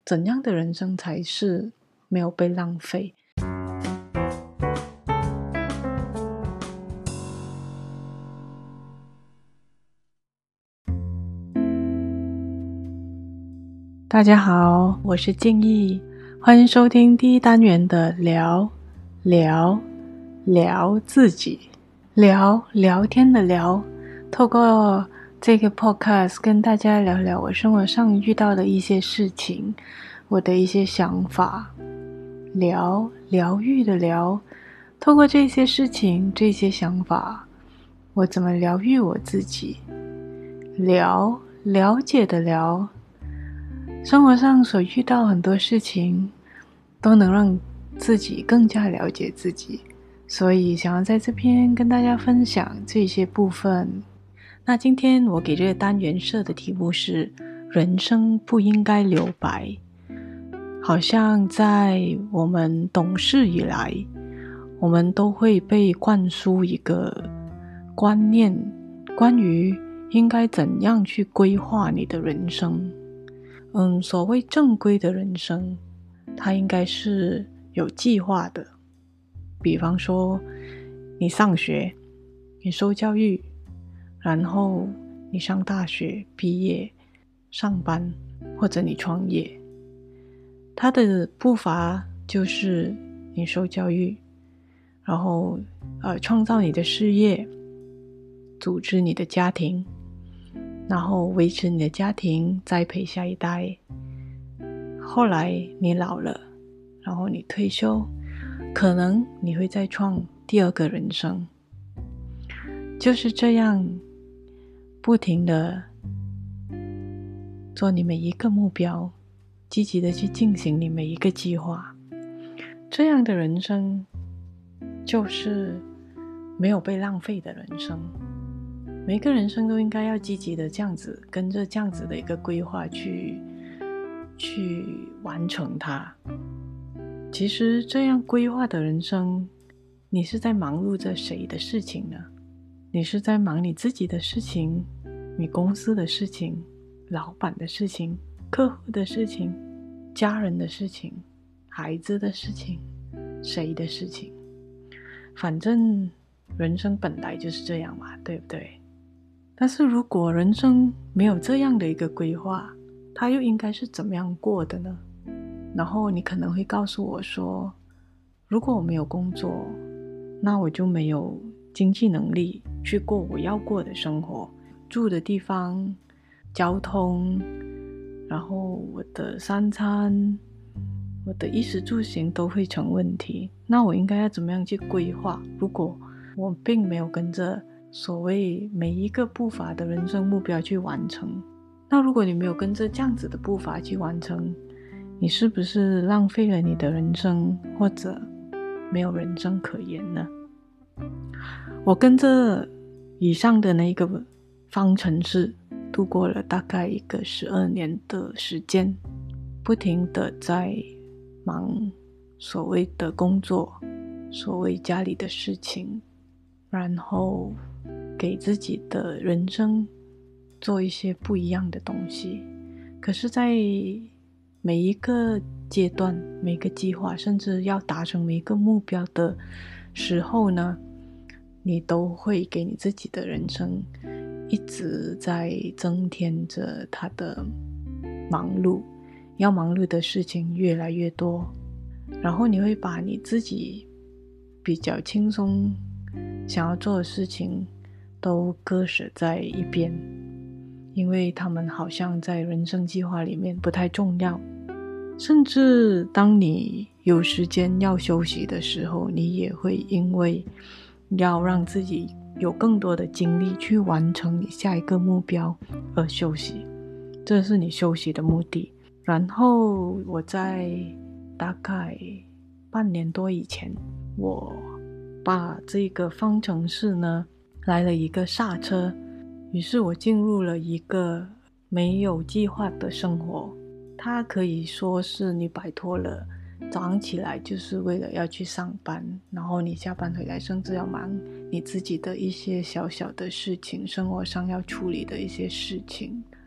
怎样的人生才是没有被浪费？大家好，我是静怡，欢迎收听第一单元的聊自己，聊天的聊，透过这个 podcast 跟大家聊聊我生活上遇到的一些事情，我的一些想法，疗愈的聊，透过这些事情这些想法，我怎么疗愈我自己，了解的聊，生活上所遇到很多事情都能让自己更加了解自己，所以想要在这边跟大家分享这些部分。那今天我给这个单元设的题目是人生不应该留白。好像在我们懂事以来，我们都会被灌输一个观念，关于应该怎样去规划你的人生。所谓正规的人生，它应该是有计划的。比方说，你上学，你受教育，然后你上大学毕业，上班，或者你创业。它的步伐就是你受教育，然后创造你的事业，组织你的家庭，然后维持你的家庭，栽培下一代。后来你老了，然后你退休，可能你会再创第二个人生。就是这样不停的做你每一个目标，积极的去进行你每一个计划。这样的人生就是没有被浪费的人生。每个人生都应该要积极的这样子，跟着这样子的一个规划去完成它。其实这样规划的人生，你是在忙碌着谁的事情呢？你是在忙你自己的事情，你公司的事情，老板的事情，客户的事情，家人的事情，孩子的事情，谁的事情？反正人生本来就是这样嘛，对不对？但是如果人生没有这样的一个规划，它又应该是怎么样过的呢？然后你可能会告诉我说，如果我没有工作，那我就没有经济能力去过我要过的生活，住的地方，交通，然后我的三餐，我的衣食住行都会成问题。那我应该要怎么样去规划？如果我并没有跟着所谓每一个步伐的人生目标去完成，那如果你没有跟着这样子的步伐去完成，你是不是浪费了你的人生，或者没有人生可言呢？我跟着以上的那个方程式度过了大概一个12年的时间，不停的在忙所谓的工作，所谓家里的事情，然后给自己的人生做一些不一样的东西。可是在每一个阶段，每个计划，甚至要达成每一个目标的时候呢，你都会给你自己的人生一直在增添着它的忙碌，要忙碌的事情越来越多，然后你会把你自己比较轻松想要做的事情都割舍在一边，因为他们好像在人生计划里面不太重要。甚至当你有时间要休息的时候，你也会因为要让自己有更多的精力去完成你下一个目标而休息，这是你休息的目的。然后我在大概半年多以前，我把这个方程式呢来了一个刹车，于是我进入了一个没有计划的生活。它可以说是你摆脱了早上起来就是为了要去上班，然后你下班回来甚至要忙你自己的一些小小的事情，生活上要处理的一些事情，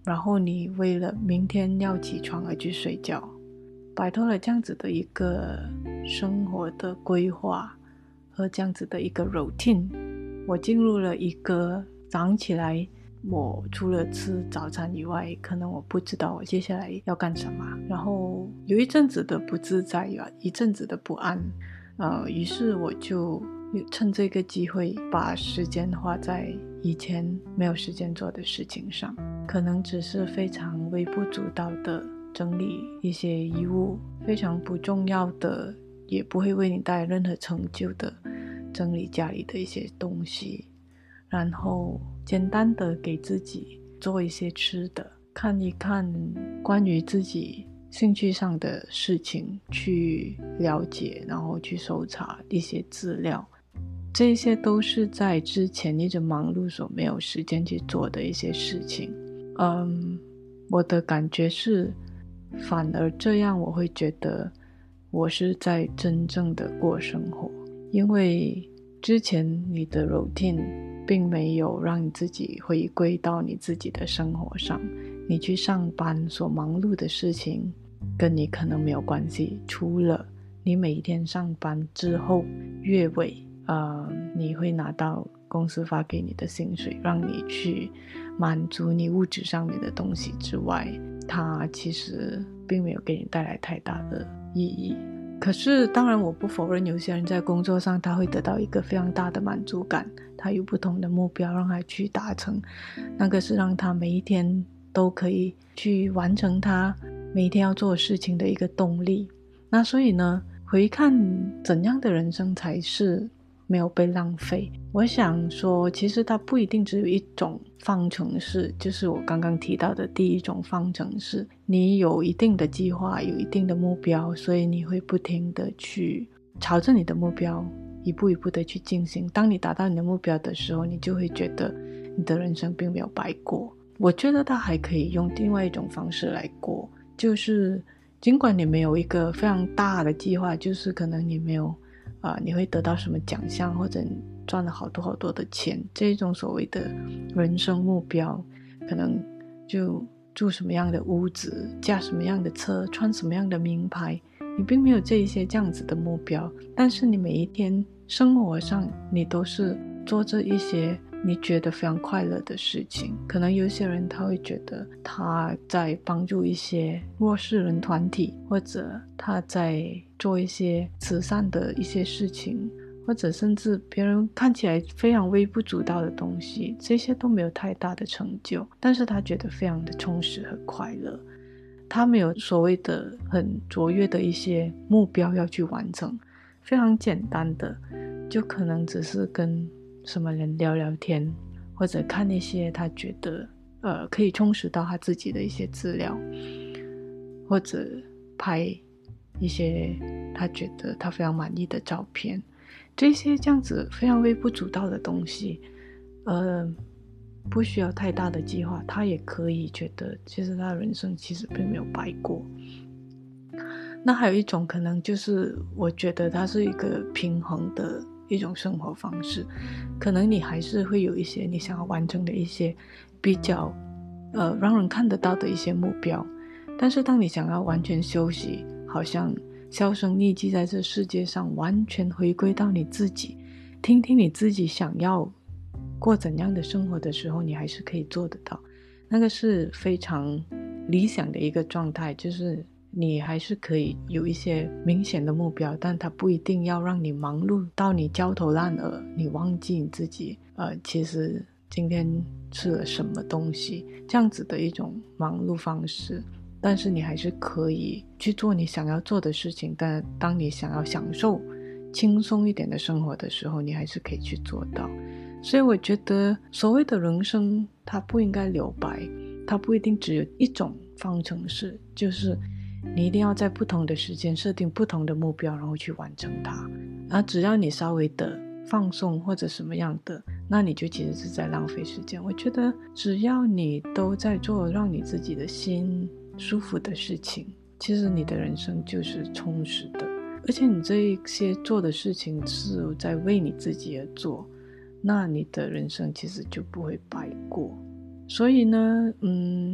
然后你为了明天要起床而去睡觉，摆脱了这样子的一个生活的规划和这样子的一个 routine， 我进入了一个早上起来我除了吃早餐以外，可能我不知道我接下来要干什么，然后有一阵子的不自在，有一阵子的不安，于是我就趁这个机会把时间花在以前没有时间做的事情上，可能只是非常微不足道的整理一些衣物，非常不重要的，也不会为你带来任何成就的整理家里的一些东西，然后简单的给自己做一些吃的，看一看关于自己兴趣上的事情，去了解，然后去搜查一些资料，这些都是在之前一直忙碌所没有时间去做的一些事情。我的感觉是反而这样我会觉得我是在真正的过生活，因为之前你的 routine 并没有让你自己回归到你自己的生活上，你去上班所忙碌的事情跟你可能没有关系，除了你每一天上班之后月尾你会拿到公司发给你的薪水，让你去满足你物质上面的东西之外，它其实并没有给你带来太大的意义。可是当然我不否认有些人在工作上他会得到一个非常大的满足感，他有不同的目标让他去达成，那个是让他每一天都可以去完成他每一天要做的事情的一个动力。那所以呢，回看怎样的人生才是没有被浪费，我想说其实它不一定只有一种方程式，就是我刚刚提到的第一种方程式，你有一定的计划，有一定的目标，所以你会不停的去朝着你的目标一步一步的去进行，当你达到你的目标的时候，你就会觉得你的人生并没有白过。我觉得它还可以用另外一种方式来过，就是尽管你没有一个非常大的计划，就是可能你没有你会得到什么奖项，或者你赚了好多好多的钱，这种所谓的人生目标，可能就住什么样的屋子，驾什么样的车，穿什么样的名牌，你并没有这一些这样子的目标，但是你每一天生活上你都是做着一些你觉得非常快乐的事情。可能有些人他会觉得他在帮助一些弱势人团体，或者他在做一些慈善的一些事情，或者甚至别人看起来非常微不足道的东西，这些都没有太大的成就，但是他觉得非常的充实和快乐，他没有所谓的很卓越的一些目标要去完成，非常简单的，就可能只是跟什么人聊聊天，或者看一些他觉得可以充实到他自己的一些资料，或者拍一些他觉得他非常满意的照片，这些这样子非常微不足道的东西不需要太大的计划，他也可以觉得其实他的人生其实并没有白过。那还有一种可能就是我觉得它是一个平衡的一种生活方式，可能你还是会有一些你想要完成的一些比较让人看得到的一些目标，但是当你想要完全休息，好像销声匿迹在这世界上，完全回归到你自己，听听你自己想要过怎样的生活的时候，你还是可以做得到。那个是非常理想的一个状态，就是你还是可以有一些明显的目标，但它不一定要让你忙碌到你焦头烂额，你忘记你自己其实今天吃了什么东西，这样子的一种忙碌方式。但是你还是可以去做你想要做的事情，但当你想要享受轻松一点的生活的时候，你还是可以去做到。所以我觉得所谓的人生它不应该留白，它不一定只有一种方程式，就是你一定要在不同的时间设定不同的目标，然后去完成它。然后只要你稍微的放松或者什么样的，那你就其实是在浪费时间。我觉得只要你都在做让你自己的心舒服的事情，其实你的人生就是充实的，而且你这一些做的事情是在为你自己而做，那你的人生其实就不会白过。所以呢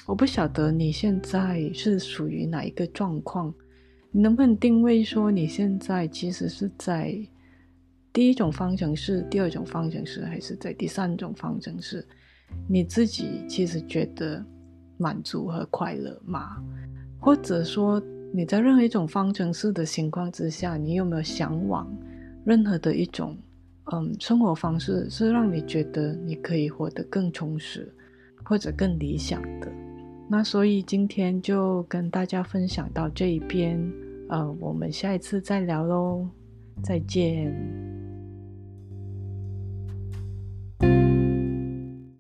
我不晓得你现在是属于哪一个状况，你能不能定位说你现在其实是在第一种方程式、第二种方程式，还是在第三种方程式？你自己其实觉得满足和快乐吗？或者说你在任何一种方程式的情况之下，你有没有向往任何的一种生活方式，是让你觉得你可以活得更充实或者更理想的？那所以今天就跟大家分享到这一边，我们下一次再聊咯，再见。